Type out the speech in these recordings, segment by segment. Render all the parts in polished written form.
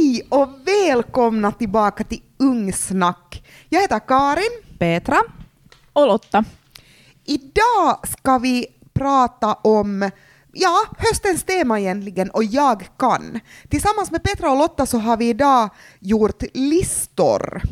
Hej och välkomna tillbaka till Ungsnack. Jag heter Karin. Petra. Och Lotta. Idag ska vi prata om höstens tema egentligen, och jag kan. Tillsammans med Petra och Lotta så har vi idag gjort listor.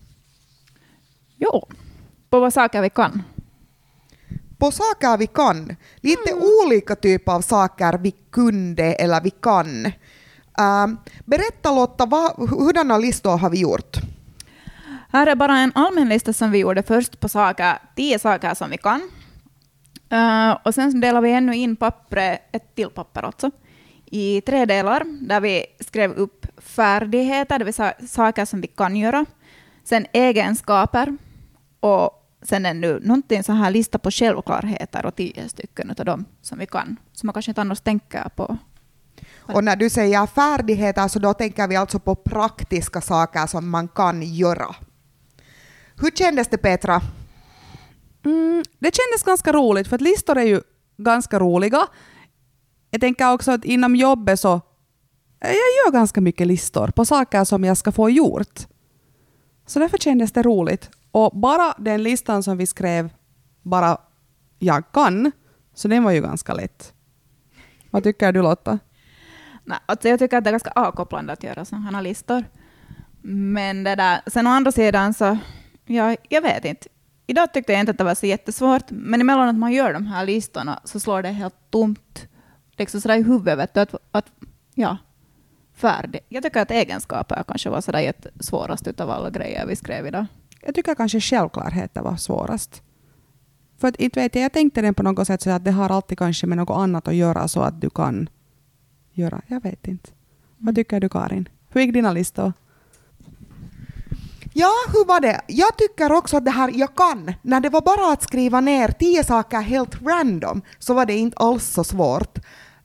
Jo, på vad saker vi kan. På saker vi kan. Lite olika typer av saker vi kunde eller vi kan. Berätta Lotta, hurdana listor har vi gjort? Här är bara en allmän lista som vi gjorde först på 10 saker som vi kan. Och sen delar vi ännu in ett till papper också, i 3 delar, där vi skrev upp färdigheter, det vill säga saker som vi kan göra. Sen egenskaper och sen är nu någonting så här lista på självklarheter och 10 stycken av dem som vi kan, som man kanske inte annars tänker på. Och när du säger färdigheter så då tänker vi alltså på praktiska saker som man kan göra. Hur kändes det, Petra? Det kändes ganska roligt, för att listor är ju ganska roliga. Jag tänker också att inom jobbet så jag gör ganska mycket listor på saker som jag ska få gjort. Så därför kändes det roligt. Och bara den listan som vi skrev, bara jag kan, så den var ju ganska lätt. Vad tycker du, Lotta? Nej, alltså jag tycker att det är ganska avkopplande att göra sådana här listor. Men sen å andra sidan så, jag vet inte. Idag tyckte jag inte att det var så jättesvårt, men emellan att man gör de här listorna så slår det helt tomt. Liksom sådär i huvudet, färdig. Jag tycker att egenskaper kanske var sådär jättesvårast utav alla grejer vi skrev idag. Jag tycker kanske självklarheter var svårast. För att inte vet jag tänkte den på något sätt så att det har alltid kanske med något annat att göra så att du kan göra. Jag vet inte. Vad tycker du, Karin? Hur gick dina listor? Ja, hur var det? Jag tycker också att det här jag kan, när det var bara att skriva ner 10 saker helt random, så var det inte alls så svårt.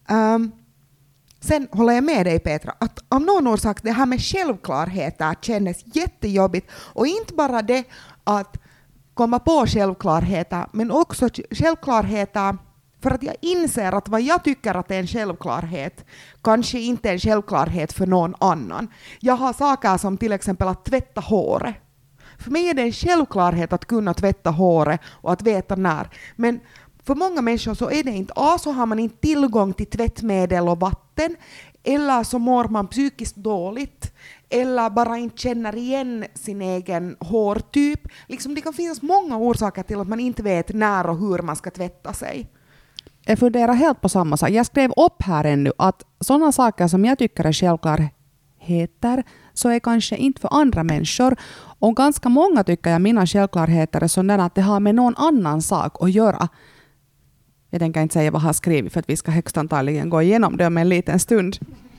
Sen håller jag med dig, Petra, att av någon orsak det här med självklarheter kändes jättejobbigt. Och inte bara det att komma på självklarheter, men också självklarheter för att jag inser att vad jag tycker att är en självklarhet kanske inte är en självklarhet för någon annan. Jag har saker som till exempel att tvätta håret. För mig är det en självklarhet att kunna tvätta håret och att veta när. Men för många människor så är det inte. Så har man inte tillgång till tvättmedel och vatten, eller så mår man psykiskt dåligt, eller bara inte känner igen sin egen hårtyp. Liksom det kan finnas många orsaker till att man inte vet när och hur man ska tvätta sig. Jag funderar helt på samma sak. Jag skrev upp här ännu att sådana saker som jag tycker är självklarheter så är kanske inte för andra människor. Och ganska många tycker jag mina självklarheter är sådana att det har med någon annan sak att göra. Jag tänker inte säga vad jag har skrivit för att vi ska högst antagligen gå igenom det om en liten stund.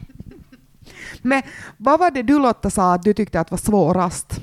Men vad var det du, Lotta, sa att du tyckte att var svårast?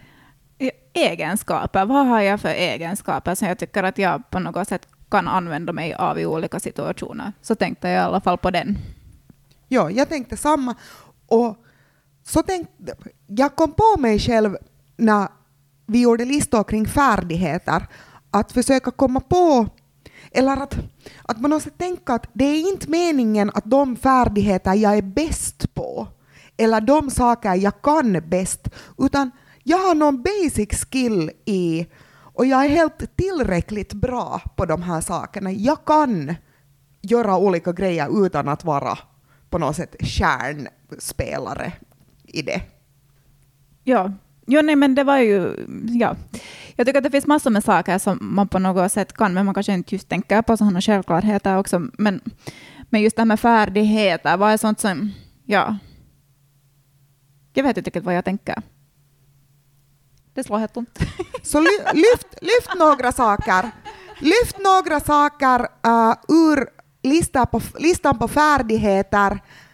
Egenskaper. Vad har jag för egenskaper som jag tycker att jag på något sätt kan använda mig av i olika situationer? Så tänkte jag i alla fall på den. Ja, jag tänkte samma. Och så jag kom på mig själv när vi gjorde listor kring färdigheter att försöka komma på, eller att man måste tänka att det är inte meningen att de färdigheter jag är bäst på eller de saker jag kan bäst, utan jag har någon basic skill i och jag är helt tillräckligt bra på de här sakerna. Jag kan göra olika grejer utan att vara på något sätt kärnspelare i det. Ja, nej, men det var ju... Ja. Jag tycker att det finns massor med saker som man på något sätt kan, men man kanske inte just tänker på sådana självklarheter också. Men just det här med färdigheter, vad är sånt som... Ja. Jag vet inte riktigt vad jag tänker. Det slår helt tomt. Så lyft några saker. Lyft några saker ur listan på färdigheter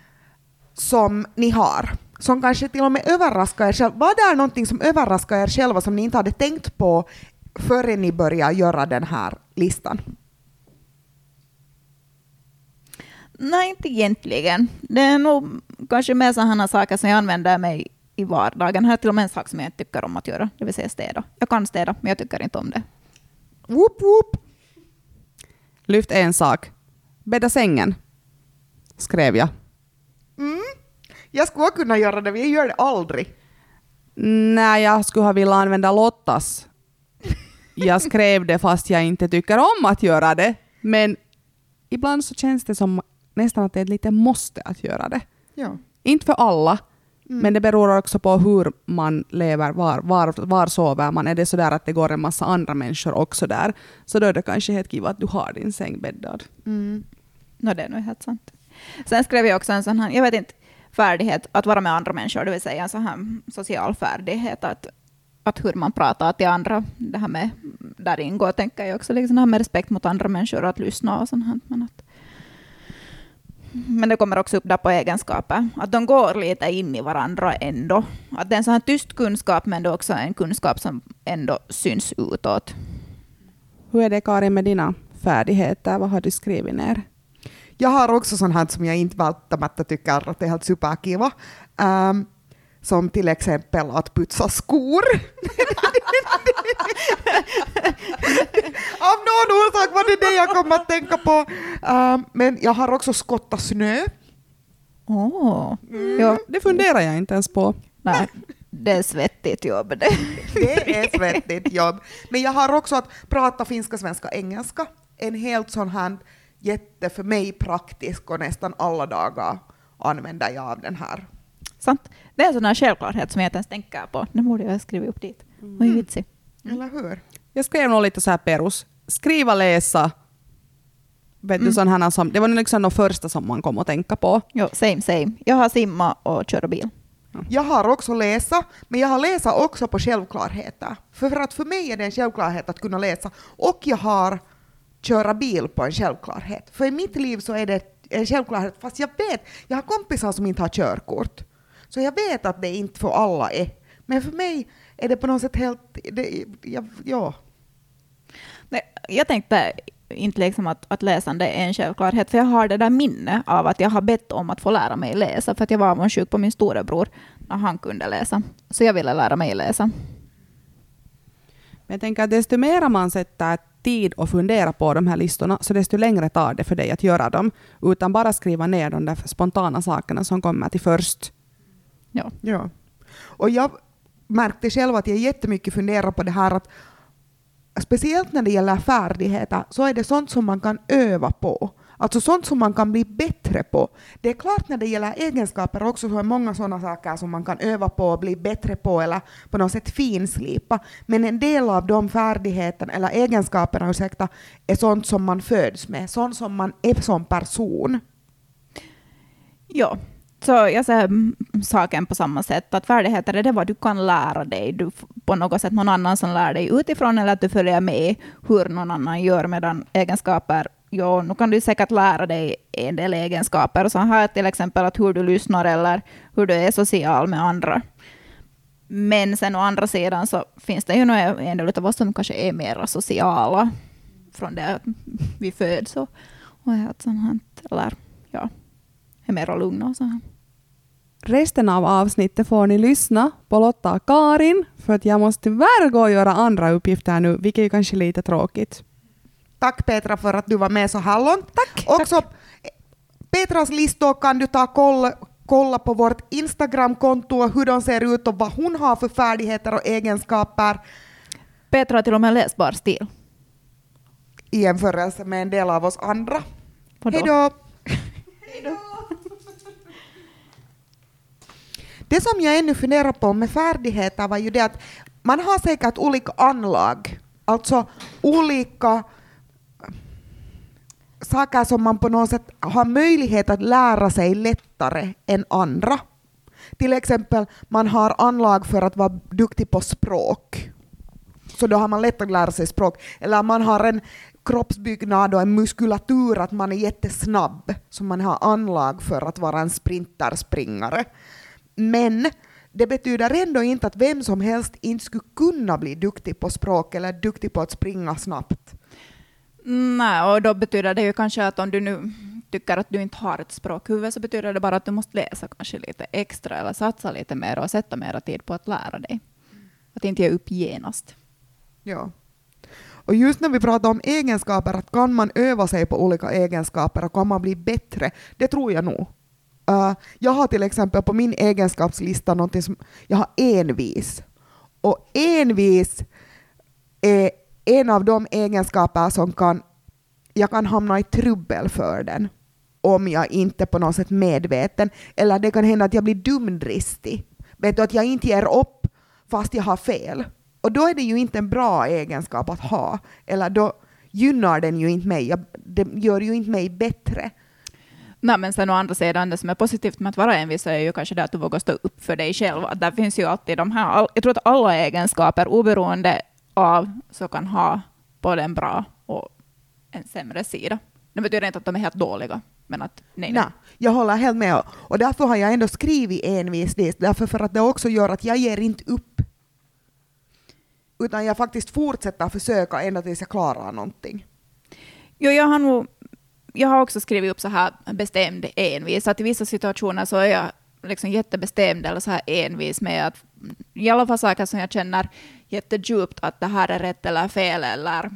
som ni har. Som kanske till och med överraskar er själva. Vad är någonting som överraskar er själva som ni inte hade tänkt på före ni började göra den här listan? Nej, inte egentligen. Det är nog kanske mer sådana saker som jag använder mig i vardagen. Här är till och med en sak som jag inte tycker om att göra. Det vill säga städa. Jag kan städa, men jag tycker inte om det. Whoop, whoop. Lyft en sak. Bädda sängen, skrev jag. Jag skulle kunna göra det, vi gör det aldrig. Nej, jag skulle ha velat använda Lottas. Jag skrev det fast jag inte tycker om att göra det. Men ibland så känns det som nästan att det är ett lite måste att göra det. Ja. Inte för alla, men det beror också på hur man lever, var sover man. Är det så där att det går en massa andra människor också där, så då är det kanske helt kiva att du har din säng bäddad. No, det är nog helt sant. Sen skrev jag också en sån här, jag vet inte, färdighet att vara med andra människor, det vill säga en sån här social färdighet, att hur man pratar till andra, det här med, där ingår tänker jag också liksom, här med respekt mot andra människor och att lyssna och sånt här, men det kommer också upp där på egenskaper, att de går lite in i varandra ändå, att det är en sån här tyst kunskap, men det är också en kunskap som ändå syns utåt. Hur är det, Karin, med dina färdigheter? Vad har du skrivit ner? Jag har också sån här som jag inte välttämättä tycker att det är helt superkiva. Som till exempel att putsa skor. Av någon orsak var det jag kom att tänka på. Men jag har också skottat snö. Ja. Det funderar jag inte ens på. Nej, det är svettigt jobb. Det är svettigt jobb. Men jag har också att prata finska, svenska, engelska. En helt sån här jätte för mig praktisk och nästan alla dagar använder jag av den här. Sant. Det är en sån här självklarhet som jag inte ens tänker på. Nu borde jag skriva upp dit. Oj, vitsig. Eller hur? Jag skrev nog lite så här perus. Skriva, läsa. Vet du, sån här som, det var liksom de första som man kom att tänka på. Jo, same. Jag har simma och köra bil. Jag har också läsa, men jag har läsa också på självklarheter. För att för mig är det en självklarhet att kunna läsa. Och jag har köra bil på en självklarhet. För i mitt liv så är det en självklarhet, fast jag har kompisar som inte har körkort. Så jag vet att det inte för alla är. Men för mig är det på något sätt helt... ja. Nej, jag tänkte inte liksom att läsande är en självklarhet, för jag har det där minne av att jag har bett om att få lära mig läsa, för att jag var avundsjuk på min storebror när han kunde läsa. Så jag ville lära mig läsa. Men jag tänker att desto mer man sätter tid och fundera på de här listorna, så desto längre tar det för dig att göra dem, utan bara skriva ner de där spontana sakerna som kommer till först. Ja. Och jag märkte själv att jag jättemycket funderar på det här att speciellt när det gäller färdigheter så är det sånt som man kan öva på. Alltså sånt som man kan bli bättre på. Det är klart när det gäller egenskaper också, så är många sådana saker som man kan öva på och bli bättre på eller på något sätt finslipa. Men en del av de färdigheterna eller egenskaperna är sånt som man föds med. Sånt som man är som person. Ja, så jag säger saken på samma sätt, att färdigheter är det vad du kan lära dig. Du på något sätt någon annan som lär dig utifrån, eller att du följer med hur någon annan gör, medan egenskaper, ja, nu kan du säkert lära dig en del egenskaper. Så här till exempel att hur du lyssnar eller hur du är social med andra. Men sen å andra sidan så finns det ju en del av oss som kanske är mer sociala från det att vi föds och är ett sånt här, eller ja, är mer lugna och så här. Resten av avsnittet får ni lyssna på Lotta och Karin, för att jag måste tyvärr gå och göra andra uppgifter nu, vilket är kanske lite tråkigt. Tack Petra för att du var med så här långt. Tack. Också Petras listor kan du ta kolla på vårt Instagram-konto, hur de ser ut och vad hon har för färdigheter och egenskaper. Petra har till och med läsbar stil. I jämförelse med en del av oss andra. Vadå? Hej då! Det som jag ännu funderar på med färdigheter var ju det att man har säkert olika anlag. Alltså olika saker som man på något sätt har möjlighet att lära sig lättare än andra. Till exempel man har anlag för att vara duktig på språk. Så då har man lätt att lära sig språk. Eller man har en kroppsbyggnad och en muskulatur att man är jättesnabb. Så man har anlag för att vara en sprinterspringare. Men det betyder ändå inte att vem som helst inte skulle kunna bli duktig på språk eller duktig på att springa snabbt. Nej, och då betyder det ju kanske att om du nu tycker att du inte har ett språkhuvud, så betyder det bara att du måste läsa kanske lite extra eller satsa lite mer och sätta mer tid på att lära dig. Att inte ge upp genast. Ja. Och just när vi pratar om egenskaper, att kan man öva sig på olika egenskaper och kan man bli bättre, det tror jag nog. Jag har till exempel på min egenskapslista någonting som jag har envis. Och envis är en av de egenskaper som jag kan hamna i trubbel för den om jag inte på något sätt medveten. Eller det kan hända att jag blir dumdristig. Vet du, att jag inte ger upp fast jag har fel. Och då är det ju inte en bra egenskap att ha. Eller då gynnar den ju inte mig. Det gör ju inte mig bättre. Nej, men sen å andra sidan, det som är positivt med att vara envis är ju kanske det att du vågar stå upp för dig själv. Där finns ju alltid de här, jag tror att alla egenskaper oberoende av så kan ha både en bra och en sämre sida. Det betyder inte att de är helt dåliga. Men att, nej. Jag håller helt med. Och därför har jag ändå skrivit envishet. Därför för att det också gör att jag ger inte upp. Utan jag faktiskt fortsätter försöka ända tills jag klarar någonting. Jo, jag har också skrivit upp så här bestämd envis. Att i vissa situationer så är jag liksom jättebestämd eller så här envis med att i alla fall saker som jag känner jättedjupt att det här är rätt eller fel eller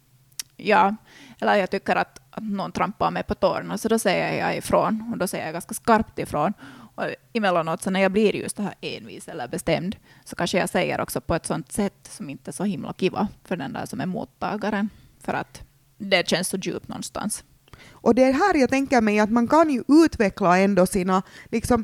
jag tycker att någon trampar mig på tårna, så då säger jag ifrån och då säger jag ganska skarpt ifrån. Och emellanåt så när jag blir just det här envis eller bestämd så kanske jag säger också på ett sånt sätt som inte är så himla kiva för den där som är mottagaren, för att det känns så djupt någonstans. Och det är här jag tänker mig att man kan ju utveckla ändå sina, liksom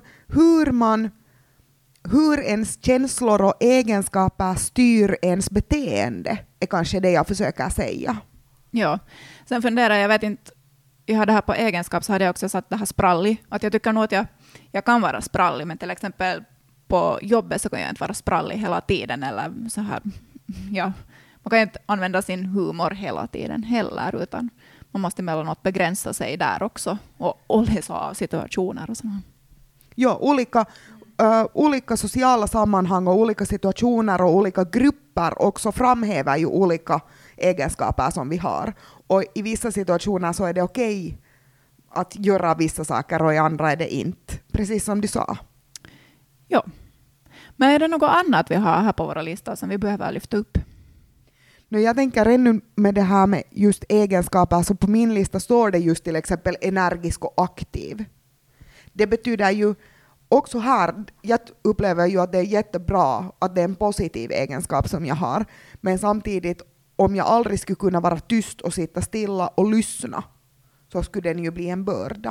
hur ens känslor och egenskaper styr ens beteende är kanske det jag försöker säga. Ja, sen funderar jag vet inte, jag hade här på egenskap så hade jag också satt det här sprallig, att jag tycker nog att jag kan vara sprallig, men till exempel på jobbet så kan jag inte vara sprallig hela tiden eller så här, man kan inte använda sin humor hela tiden heller, utan man måste emellanåt begränsa sig där också och läsa av situationer och sådär. Ja, olika sociala sammanhang och olika situationer och olika grupper också framhäver ju olika egenskaper som vi har. Och i vissa situationer så är det okej att göra vissa saker och i andra är det inte. Precis som du sa. Ja. Men är det något annat vi har här på våra listor som vi behöver lyfta upp? Jag tänker ännu med det här med just egenskaper, så på min lista står det just till exempel energisk och aktiv. Det betyder ju också här, jag upplever ju att det är jättebra att det är en positiv egenskap som jag har. Men samtidigt, om jag aldrig skulle kunna vara tyst och sitta stilla och lyssna, så skulle den ju bli en börda.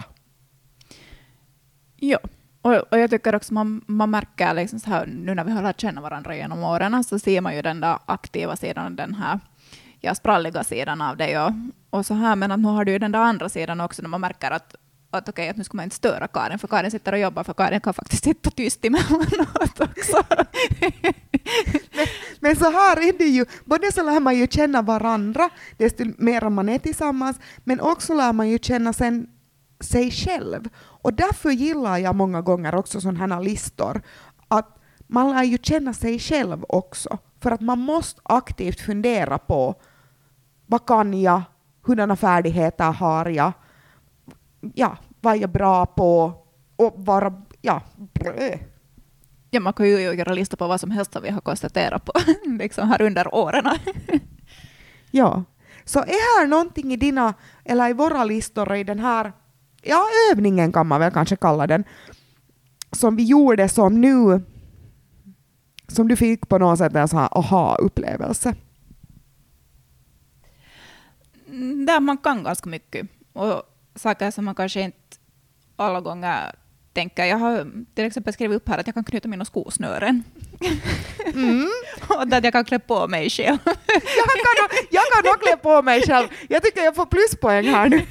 Ja, och jag tycker också man märker liksom så här, nu när vi har lärt känna varandra genom åren, så ser man ju den där aktiva sidan, den här spralliga sidan av det. Och så här, men att nu har du ju den där andra sidan också, när man märker att okej, att nu ska man inte störa Karin, för Karin sitter och jobbar, för Karin kan faktiskt sitta tyst emellanåt också. Men så här är det ju, både så lär man ju känna varandra desto mer man är tillsammans, men också lär man ju känna sen sig själv. Och därför gillar jag många gånger också sådana här listor, att man lär ju känna sig själv också, för att man måste aktivt fundera på vad kan jag, hurdana färdigheter har jag, vad är jag bra på och vara, Ja, man kan ju göra listor på vad som helst som vi har konstaterat på liksom här under åren. Ja, så är här någonting i dina, eller i våra listor i den här, övningen kan man väl kanske kalla den, som vi gjorde som nu, som du fick på något sätt en sån här aha-upplevelse? Där man kan ganska mycket. Och saker som man kanske inte alla gånger tänker. Jag har till exempel skrivit upp här att jag kan knyta mina skosnören. Och att jag kan klä på mig själv. jag kan nog klä på mig själv. Jag tycker jag får pluspoäng här nu.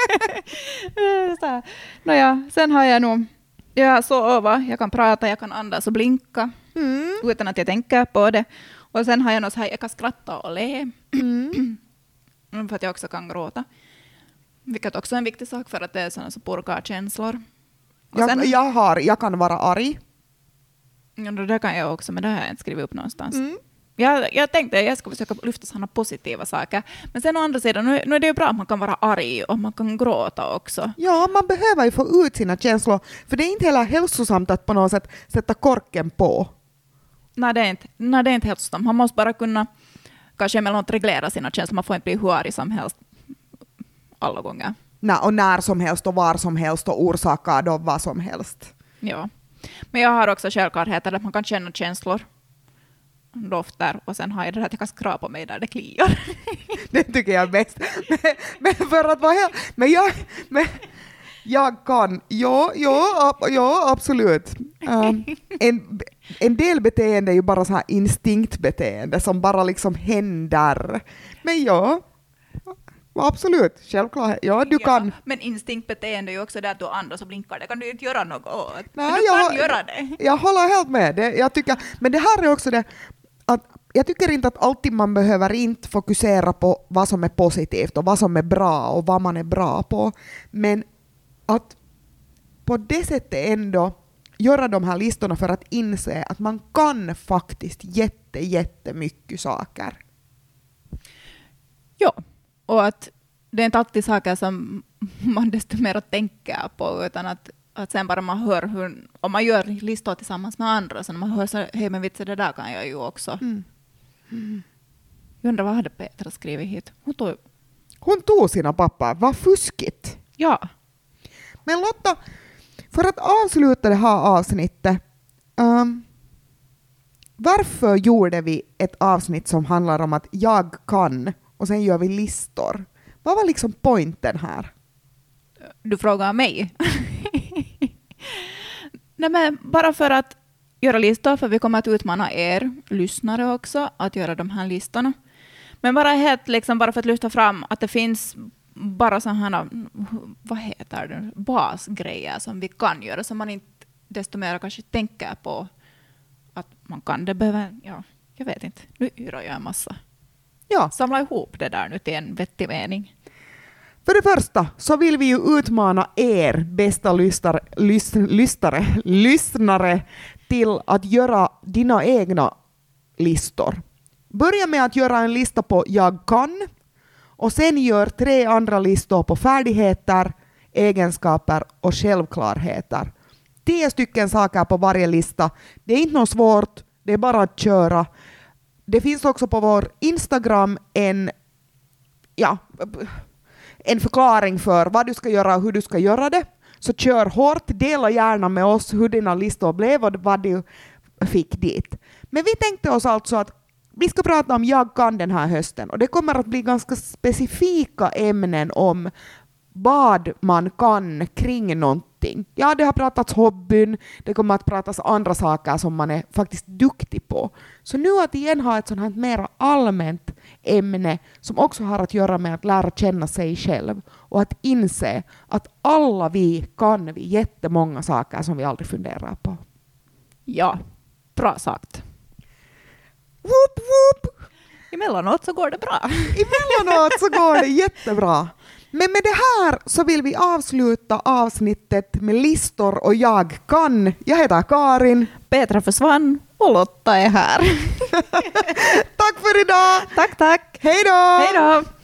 Sen har jag nog... Jag sover, jag kan prata, jag kan andas och blinka. Utan att jag tänker på det. Och sen har jag något så här, jag kan skratta och le. För att jag också kan gråta. Vilket också är en viktig sak, för att det är sådana som purkar känslor. Jag kan vara arg. Ja, det kan jag också, men det har jag inte skrivit upp någonstans. Jag tänkte att jag ska försöka lyfta sådana positiva saker. Men sen å andra sidan, nu är det ju bra att man kan vara arg och man kan gråta också. Ja, man behöver ju få ut sina känslor. För det är inte heller hälsosamt att på något sätt sätta korken på. Nej, det är inte hälsosamt. Man måste bara kunna kanske emellanåt reglera sina känslor. Man får inte bli hur arg som helst alla gånger. och när som helst och var som helst och orsakar då vad som helst. Ja. Men jag har också självklarheter att man kan känna känslor, dofter, och sen har jag det här att jag kan skrapa på mig där det kliar. Det tycker jag är bäst. Men för att vara helt... Jag kan, ja absolut. En del beteende är ju bara så här instinktbeteende som bara liksom händer. Men ja, absolut, självklart. Ja, du kan. Men instinktbeteende är ju också det att du andra så blinkar. Det kan du inte göra något åt. Nej, men du kan göra det. Jag håller helt med. Men det här är också det att jag tycker inte att alltid man behöver inte fokusera på vad som är positivt och vad som är bra och vad man är bra på. Men att på det sättet ändå göra de här listorna för att inse att man kan faktiskt jättemycket saker. Ja, och att det är inte alltid saker som man desto mer tänker på, utan att sen bara man hör hur, om man gör listor tillsammans med andra, så när man hör så hej men vitsen, det där kan jag ju också. Jag undrar vad hade Petra skrivit hit? Hon tog sina papper, vad fuskigt. Ja. Men Lotta, för att avsluta det här avsnittet, varför gjorde vi ett avsnitt som handlar om att jag kan och sen gör vi listor? Vad var liksom pointen här? Du frågar mig. Nej, men bara för att göra listor, för vi kommer att utmana er lyssnare också att göra de här listorna. Men bara helt liksom, bara för att lyfta fram att det finns bara sådana, vad heter det, basgrejer som vi kan göra, som man inte desto mer kanske tänker på att man kan. Det behöver, ja, jag vet inte. Nu yrar jag en massa. Ja. Samla ihop det där nu till en vettig mening. För det första så vill vi ju utmana er bästa lyssnare till att göra dina egna listor. Börja med att göra en lista på jag kan och sen gör 3 andra listor på färdigheter, egenskaper och självklarheter. 10 stycken saker på varje lista. Det är inte något svårt, det är bara att köra. Det finns också på vår Instagram en förklaring för vad du ska göra och hur du ska göra det. Så kör hårt, dela gärna med oss hur dina listor blev och vad du fick dit. Men vi tänkte oss alltså att vi ska prata om jag kan den här hösten, och det kommer att bli ganska specifika ämnen om vad man kan kring någonting. Ja, det har pratats hobbyn, det kommer att pratas andra saker som man är faktiskt duktig på. Så nu att igen ha ett sånt här mer allmänt ämne som också har att göra med att lära känna sig själv och att inse att alla vi kan jättemånga saker som vi aldrig funderar på. Ja, bra sagt. Woop, woop. Emellanåt så går det bra. Emellanåt så går det jättebra. Men med det här så vill vi avsluta avsnittet med listor och jag kan. Jag heter Karin. Petra försvann och Lotta är här. Tack för idag. Tack. Hej då. Hej då.